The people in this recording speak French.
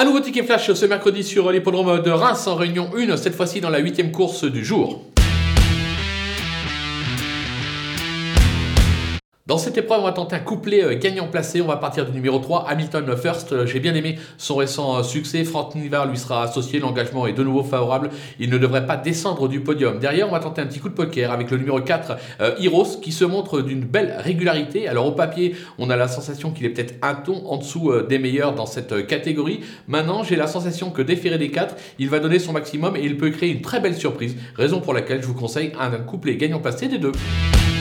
Un nouveau ticket flash ce mercredi sur l'hippodrome de Reims en réunion 1, cette fois-ci dans la 8e course du jour. Dans cette épreuve, on va tenter un couplet gagnant placé. On va partir du numéro 3, Hamilton First. J'ai bien aimé son récent succès. Franck Nivard lui sera associé. L'engagement est de nouveau favorable. Il ne devrait pas descendre du podium. Derrière, on va tenter un petit coup de poker avec le numéro 4, Heroes, qui se montre d'une belle régularité. Alors au papier, on a la sensation qu'il est peut-être un ton en dessous des meilleurs dans cette catégorie. Maintenant, j'ai la sensation que déféré des 4, il va donner son maximum et il peut créer une très belle surprise. Raison pour laquelle je vous conseille un couplet gagnant placé des deux.